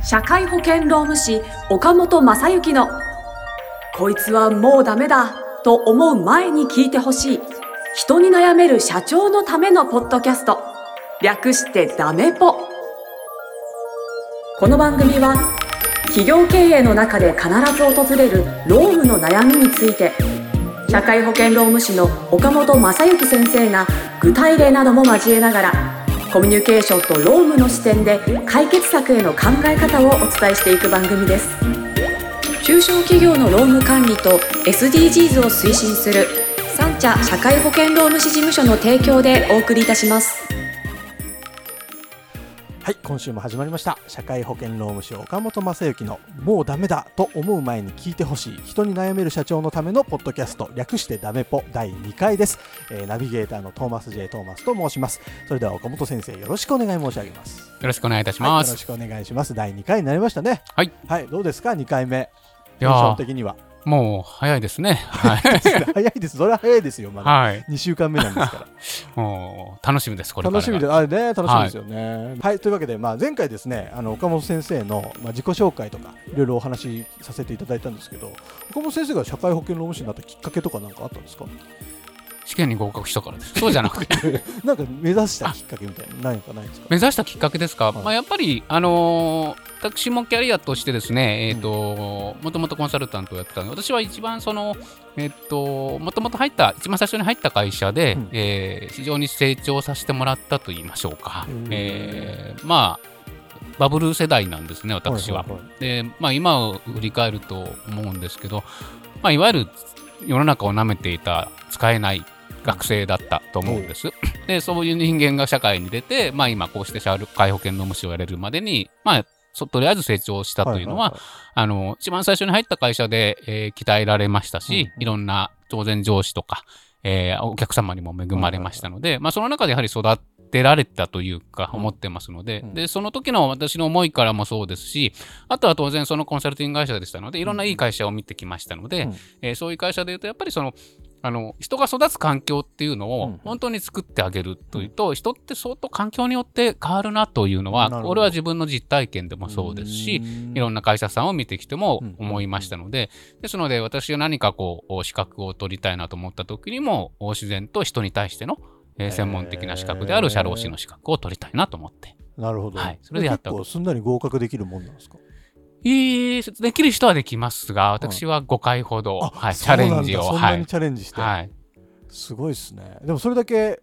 社会保険労務士岡本正幸のこいつはもうダメだと思う前に聞いてほしい人に悩める社長のためのポッドキャスト、略してダメポ。この番組は企業経営の中で必ず訪れる労務の悩みについて、社会保険労務士の岡本正幸先生が具体例なども交えながらコミュニケーションと労務の視点で解決策への考え方をお伝えしていく番組です。中小企業の労務管理と SDGs を推進する三茶社会保険労務士事務所の提供でお送りいたします。 はい、今週も始まりました社会保険労務士岡本正幸のもうダメだと思う前に聞いてほしい人に悩める社長のためのポッドキャスト、略してダメポ第2回です。ナビゲーターのトーマス J トーマスと申します。それでは岡本先生、よろしくお願い申し上げます。よろしくお願いいたします。 よろしくお願いします。第2回になりましたね。 はい、 はい、どうですか2回目。テンション的にはもう早いですね。はい、 早いです。それは早いですよ。まだ2週間目なんですから、 もう楽しみです。これから楽しみで、楽しみですよね。はい、というわけで、前回ですね、岡本先生の、自己紹介とかいろいろお話しさせていただいたんですけど、岡本先生が社会保険労務士になったきっかけとか何かあったんですか？ 試験に合格したからです。そうじゃなくてなんか目指したきっかけみたいな何かないですか？ 目指したきっかけですか？やっぱり私もキャリアとしてですね、もともとコンサルタントをやってたので、私は一番もともと一番最初に入った会社で、非常に成長させてもらったと言いましょうか。バブル世代なんですね、私は。で、今を振り返ると思うんですけど、いわゆる世の中を舐めていた使えない学生だったと思うんです。そういう人間が社会に出て、今こうして社会保険労務士をやれるまでに、とりあえず成長したというのは、一番最初に入った会社で、鍛えられましたし、いろんな当然上司とか、お客様にも恵まれましたので、その中でやはり育てられたというか思ってますので、その時の私の思いからもそうですし、あとは当然そのコンサルティング会社でしたので、いろんないい会社を見てきましたので、そういう会社でいうとやっぱり人が育つ環境っていうのを本当に作ってあげるというと、人って相当環境によって変わるなというのは、これは自分の実体験でもそうですし、いろんな会社さんを見てきても思いましたので、ですので私が何か資格を取りたいなと思った時にも、自然と人に対しての専門的な資格である社労士の資格を取りたいなと思って。 なるほど。 それでやった結構すんなり合格できるもんなんですか？ できる人はできますが、私は5回ほど、チャレンジを。 そんなにチャレンジして、すごいですね。でもそれだけ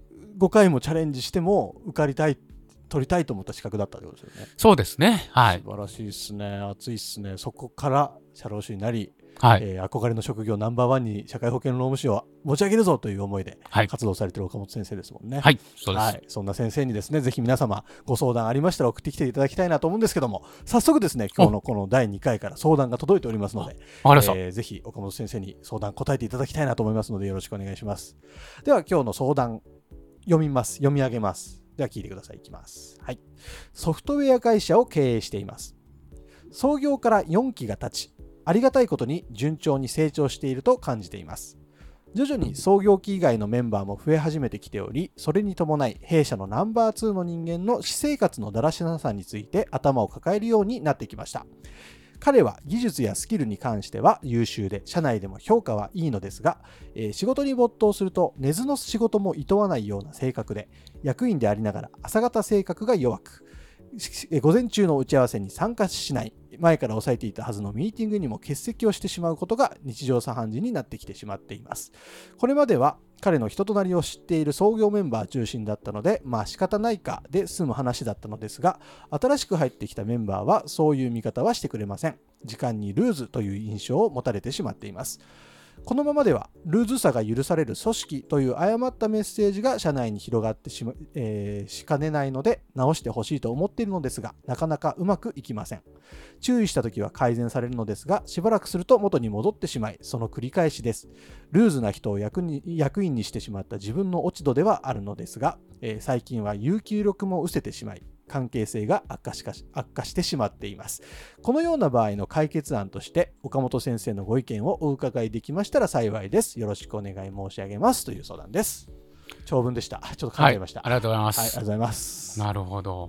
5回もチャレンジしても受かりたい、取りたいと思った資格だったってことですよね。 そうですね。素晴らしいですね。熱いですね。そこから社労士になり、憧れの職業ナンバーワンに社会保険労務士を持ち上げるぞという思いで活動されている岡本先生ですもんね。 そうです。 そんな先生にですね、ぜひ皆様ご相談ありましたら送ってきていただきたいなと思うんですけども、早速ですね、今日のこの第2回から相談が届いておりますので、ぜひ岡本先生に相談答えていただきたいなと思いますので、よろしくお願いします。では今日の相談読み上げます。では聞いてください。いきます。ソフトウェア会社を経営しています。創業から4期が経ち、ありがたいことに順調に成長していると感じています。徐々に創業期以外のメンバーも増え始めてきており、それに伴い弊社のナンバー2の人間の私生活のだらしなさについて頭を抱えるようになってきました。彼は技術やスキルに関しては優秀で、社内でも評価はいいのですが、仕事に没頭すると根津の仕事も厭わないような性格で、役員でありながら朝方性格が弱く、午前中の打ち合わせに参加しない、前から抑えていたはずのミーティングにも欠席をしてしまうことが日常茶飯事になってきてしまっています。これまでは彼の人となりを知っている創業メンバー中心だったので、仕方ないかで済む話だったのですが、新しく入ってきたメンバーはそういう見方はしてくれません。時間にルーズという印象を持たれてしまっています。このままではルーズさが許される組織という誤ったメッセージが社内に広がってしかねないので直してほしいと思っているのですが、なかなかうまくいきません。注意した時は改善されるのですが、しばらくすると元に戻ってしまい、その繰り返しです。ルーズな人を役員にしてしまった自分の落ち度ではあるのですが、最近は有給力も失せてしまい、関係性が悪化してしまっています。このような場合の解決案として岡本先生のご意見をお伺いできましたら幸いです。よろしくお願い申し上げますという相談です。長文でした。ちょっと考えました。 ありがとうございます。 ありがとうございます。 なるほど。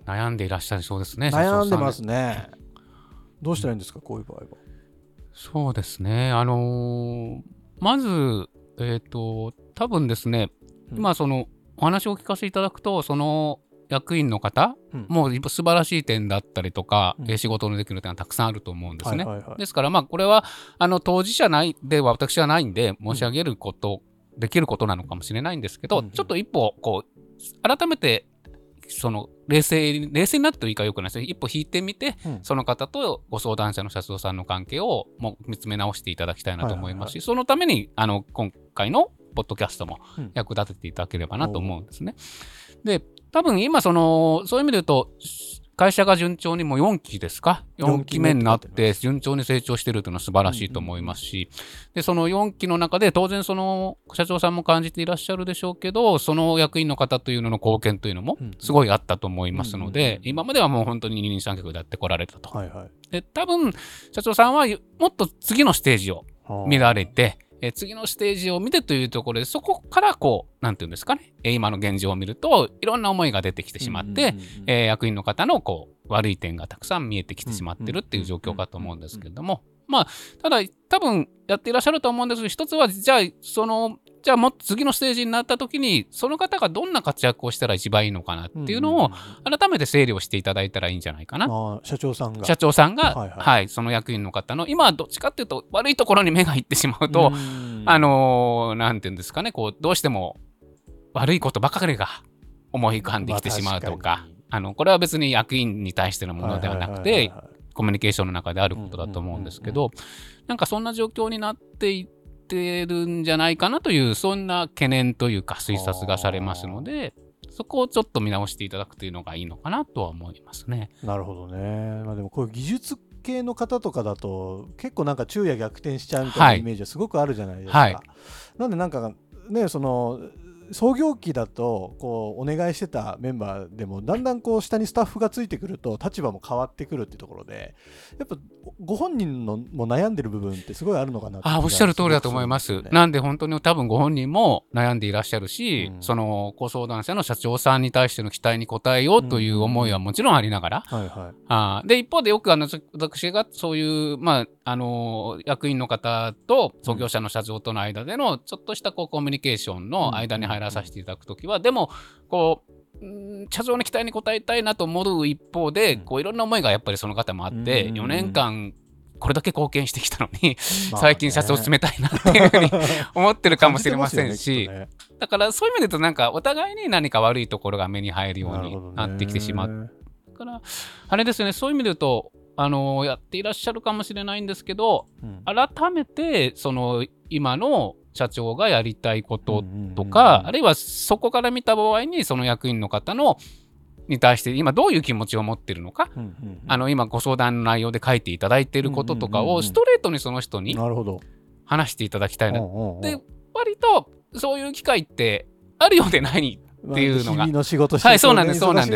悩んでいらっしゃるそうですね。 悩んでますね。どうしたらいいんですか、こういう場合は。 そうですね。まず、多分ですね、今そのお話をお聞かせいただくと、その役員の方、もう素晴らしい点だったりとか、仕事のできる点はたくさんあると思うんですね。ですからこれは当事者では私はないんで申し上げること、できることなのかもしれないんですけど、ちょっと一歩こう改めてその冷静になってという言い方はよくないですね。一歩引いてみて、その方とご相談者の社長さんの関係をもう見つめ直していただきたいなと思いますし、そのために今回のポッドキャストも役立てていただければなと思うんですね。で、多分今そういう意味で言うと会社が順調にもう4期ですか、4期目になって順調に成長しているというのは素晴らしいと思いますし、でその4期の中で当然その社長さんも感じていらっしゃるでしょうけど、その役員の方というのの貢献というのもすごいあったと思いますので、今まではもう本当に二人三脚でやってこられたと。で多分社長さんはもっと次のステージを見られて、次のステージを見てというところで、そこからなんていうんですかね、今の現状を見るといろんな思いが出てきてしまって、役員の方の悪い点がたくさん見えてきてしまってるっていう状況かと思うんですけれども、ただ多分やっていらっしゃると思うんですけど、一つはじゃあもっと次のステージになった時にその方がどんな活躍をしたら一番いいのかなっていうのを改めて整理をしていただいたらいいんじゃないかな。社長さんが、その役員の方の今はどっちかっていうと悪いところに目がいってしまうと、なんていうんですかね、どうしても悪いことばかりが思い浮かんできてしまうとか、これは別に役員に対してのものではなくてコミュニケーションの中であることだと思うんですけど、なんかそんな状況になっていってるんじゃないかなという、そんな懸念というか推察がされますので、そこをちょっと見直していただくというのがいいのかなとは思いますね。 なるほどね。でもこういう技術系の方とかだと結構なんか昼夜逆転しちゃうみたいなイメージはすごくあるじゃないですか。なんでなんかね、その創業期だとお願いしてたメンバーでもだんだん下にスタッフがついてくると立場も変わってくるっていうところで、やっぱご本人のも悩んでる部分ってすごいあるのかなって。 おっしゃる通りだと思います。なんで本当に多分ご本人も悩んでいらっしゃるし、そのご相談者の社長さんに対しての期待に応えようという思いはもちろんありながら、で一方でよく私がそういう役員の方と創業者の社長との間でのちょっとしたコミュニケーションの間に入らさせていただくときは、でも社長の期待に応えたいなと思う一方で、いろんな思いがやっぱりその方もあって、4年間これだけ貢献してきたのに最近社長冷たいなっていうふうに思ってるかもしれませんし、だからそういう意味で言うとなんかお互いに何か悪いところが目に入るようになってきてしまうからあれですよね。そういう意味で言うとやっていらっしゃるかもしれないんですけど、改めてその今の社長がやりたいこととか、あるいはそこから見た場合にその役員の方に対して今どういう気持ちを持っているのか、今ご相談の内容で書いていただいていることとかをストレートにその人に話していただきたいな。で割とそういう機会ってあるようでないっていうのが、そうなんです。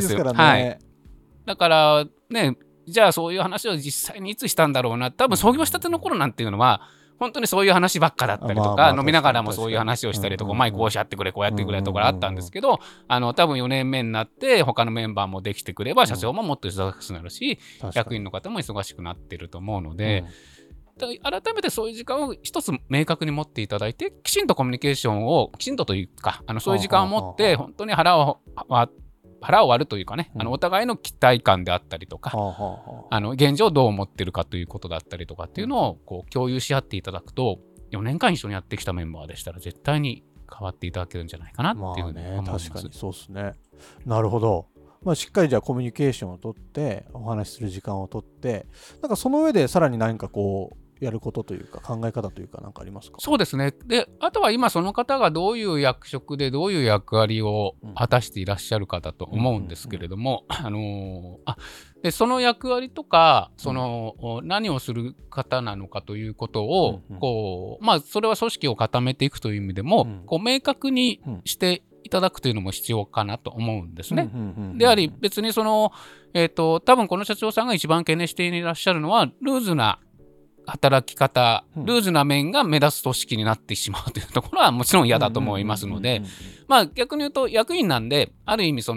だからね、じゃあそういう話を実際にいつしたんだろうな。多分創業したての頃なんていうのは本当にそういう話ばっかだったりとか、飲みながらもそういう話をしたりとか、前こうやってくれこうやってくれとかあったんですけど、多分4年目になって他のメンバーもできてくれば社長ももっと忙しくなるし、役員の方も忙しくなってると思うので、改めてそういう時間を一つ明確に持っていただいて、きちんとコミュニケーションをきちんとというか、そういう時間を持って本当に腹を割るというかね、お互いの期待感であったりとか、現状どう思ってるかということだったりとかっていうのを共有し合っていただくと、4年間一緒にやってきたメンバーでしたら絶対に変わっていただけるんじゃないかなっていうふうに思います。 確かにそうですね。なるほど。しっかりじゃあコミュニケーションをとってお話しする時間をとって、なんかその上でさらに何かやることというか考え方というか何かありますか？ そうですね。で、あとは今その方がどういう役職でどういう役割を果たしていらっしゃるかだと思うんですけれども、でその役割とか何をする方なのかということをそれは組織を固めていくという意味でも明確にしていただくというのも必要かなと思うんですね。であり別に多分この社長さんが一番懸念していらっしゃるのはルーズな働き方、ルーズな面が目立つ組織になってしまうというところはもちろん嫌だと思いますので、逆に言うと役員なんである意味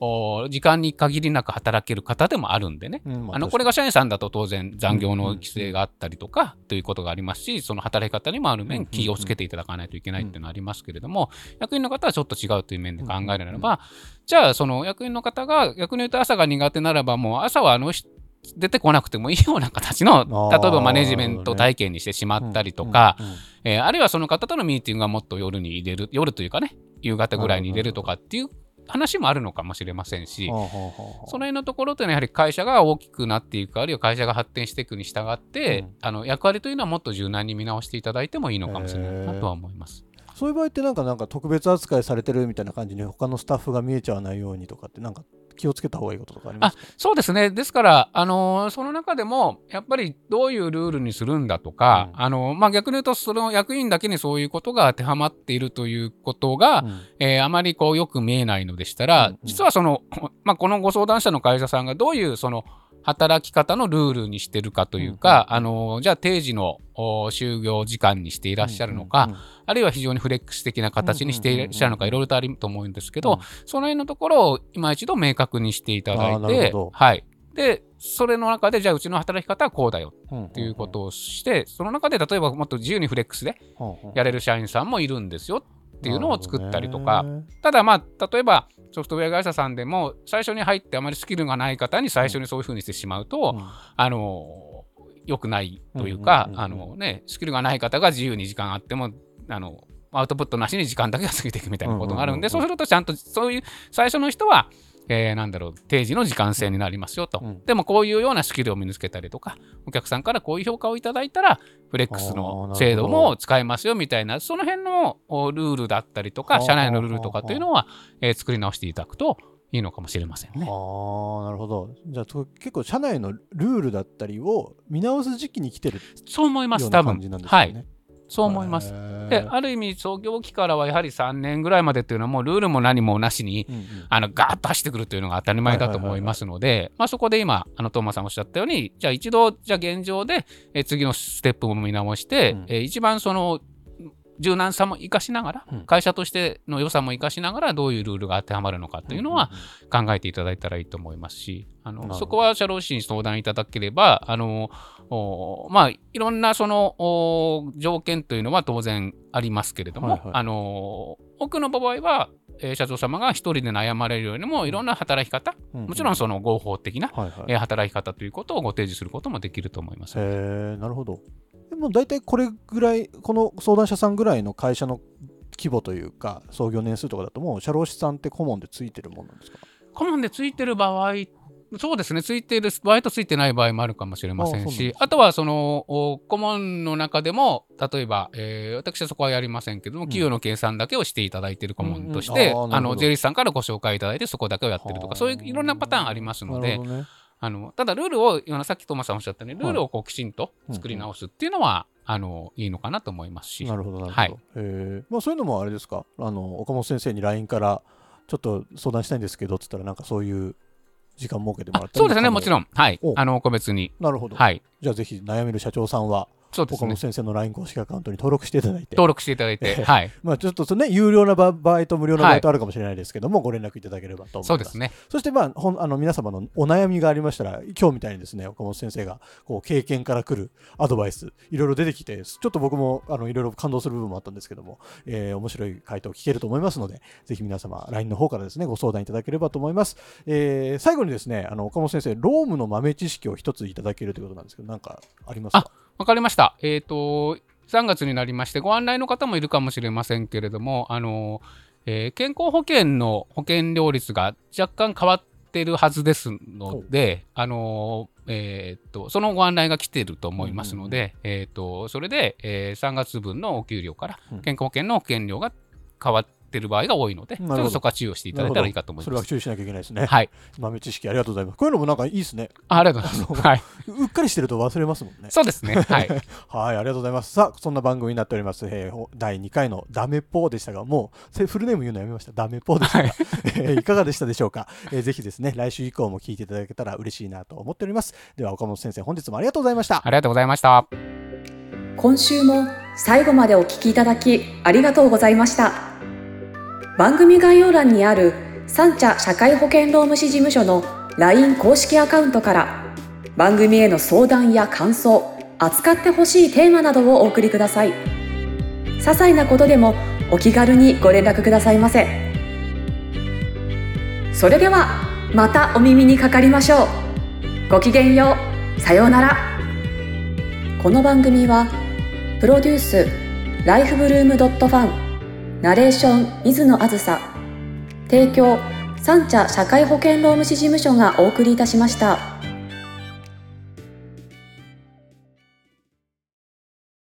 時間に限りなく働ける方でもあるんでね、これが社員さんだと当然残業の規制があったりとかということがありますし、その働き方にもある面気をつけていただかないといけないっていうのはありますけれども、役員の方はちょっと違うという面で考えるならば、じゃあその役員の方が逆に言うと朝が苦手ならば、もう朝は出てこなくてもいいような形の、例えばマネジメント体験にしてしまったりとか、あるいはその方とのミーティングがもっと夜に入れる、夜というかね、夕方ぐらいに入れるとかっていう話もあるのかもしれませんし、その辺のところというのはやはり会社が大きくなっていく、あるいは会社が発展していくに従って、役割というのはもっと柔軟に見直していただいてもいいのかもしれないなとは思います。 そういう場合ってなんか特別扱いされてるみたいな感じに他のスタッフが見えちゃわないようにとかってなんか気をつけた方がいいこととかありますか？ そうですね。ですから、その中でもやっぱりどういうルールにするんだとか、逆に言うとその役員だけにそういうことが当てはまっているということが、あまりよく見えないのでしたら、実はこのご相談者の会社さんがどういうその働き方のルールにしてるかというか、じゃあ定時の就業時間にしていらっしゃるのか、あるいは非常にフレックス的な形にしていらっしゃるのか、いろいろとあると思うんですけど、その辺のところを今一度明確にしていただいて、でそれの中でじゃあうちの働き方はこうだよっていうことをして、その中で例えばもっと自由にフレックスでやれる社員さんもいるんですよっていうのを作ったりとか、ただ例えばソフトウェア会社さんでも最初に入ってあまりスキルがない方に最初にそういう風にしてしまうと、良くないというか、スキルがない方が自由に時間あってもアウトプットなしに時間だけが過ぎていくみたいなことがあるんで、そうするとちゃんとそういう最初の人は定時の時間制になりますよと、でもこういうようなスキルを身につけたりとか、お客さんからこういう評価をいただいたらフレックスの制度も使えますよみたいな、その辺のルールだったりとか社内のルールとかというのは作り直していただくといいのかもしれませんね。なるほど。じゃあ結構社内のルールだったりを見直す時期に来てる、 そう思います。多分そう思います。で、ある意味創業期からはやはり3年ぐらいまでっていうのはもうルールも何もなしに、ガーッと走ってくるというのが当たり前だと思いますので、そこで今トーマさんおっしゃったように、じゃあ一度現状で次のステップも見直して、一番その柔軟さも生かしながら、会社としての良さも生かしながらどういうルールが当てはまるのかというのは考えていただいたらいいと思いますし、そこは社労士に相談いただければいろんなその条件というのは当然ありますけれども、多くの場合は社長様が一人で悩まれるよりもいろんな働き方、もちろんその合法的な働き方ということをご提示することもできると思います。 なるほど。でも大体これぐらい、この相談者さんぐらいの会社の規模というか創業年数とかだともう社労士さんって顧問でついてるものなんですか？ 顧問でついてる場合、そうですね、ついている場合とついてない場合もあるかもしれませんし、あとはその顧問の中でも例えば、私はそこはやりませんけども、企業の計算だけをしていただいている顧問として、税理士さんからご紹介いただいてそこだけをやってるとか、そういういろんなパターンありますので、ただルールをさっきトーマさんおっしゃったようにルールをきちんと作り直すっていうのは、いいのかなと思いますし。 なるほどなるほど。そういうのもあれですか、岡本先生に LINE からちょっと相談したいんですけどって言ったらなんかそういう時間設けてもらったり。 そうですね、もちろん、個別に。 なるほど。じゃあぜひ悩める社長さんは岡本先生の LINE 公式アカウントに登録していただいて、 ちょっとね、有料な場合と無料な場合とあるかもしれないですけども、ご連絡いただければと思います。 そうですね。 そして皆様のお悩みがありましたら、今日みたいにですね、岡本先生が経験から来るアドバイスいろいろ出てきて、ちょっと僕もいろいろ感動する部分もあったんですけども、面白い回答を聞けると思いますので、ぜひ皆様 LINE の方からですねご相談いただければと思います。最後にですね、岡本先生、労務の豆知識を一ついただけるということなんですけど、何かありますか？ わかりました。3月になりましてご案内の方もいるかもしれませんけれども、健康保険の保険料率が若干変わっているはずですので、そのご案内が来ていると思いますので、それで、3月分のお給料から健康保険の保険料が変わっている場合が多いので、ちょっとそこは注意をしていただいたらいいかと思います。 それは注意しなきゃいけないですね。豆知識ありがとうございます。こういうのもなんかいいですね。 ありがとうございます。 うっかりしてると忘れますもんね。 そうですね。 はい、ありがとうございます。さあ、そんな番組になっております。第2回のダメポーでしたが、もうフルネーム言うのやめました。ダメポーでしたが、いかがでしたでしょうか。ぜひですね、来週以降も聞いていただけたら嬉しいなと思っております。では岡本先生、本日もありがとうございました。 ありがとうございました。 今週も最後までお聞きいただきありがとうございました。番組概要欄にある三茶社会保険労務士事務所の LINE 公式アカウントから番組への相談や感想、扱ってほしいテーマなどをお送りください。些細なことでもお気軽にご連絡くださいませ。それではまたお耳にかかりましょう。ごきげんよう。さようなら。この番組はプロデュースライフブルームドットファン、ナレーション水野あずさ、提供三茶社会保険労務士事務所がお送りいたしました。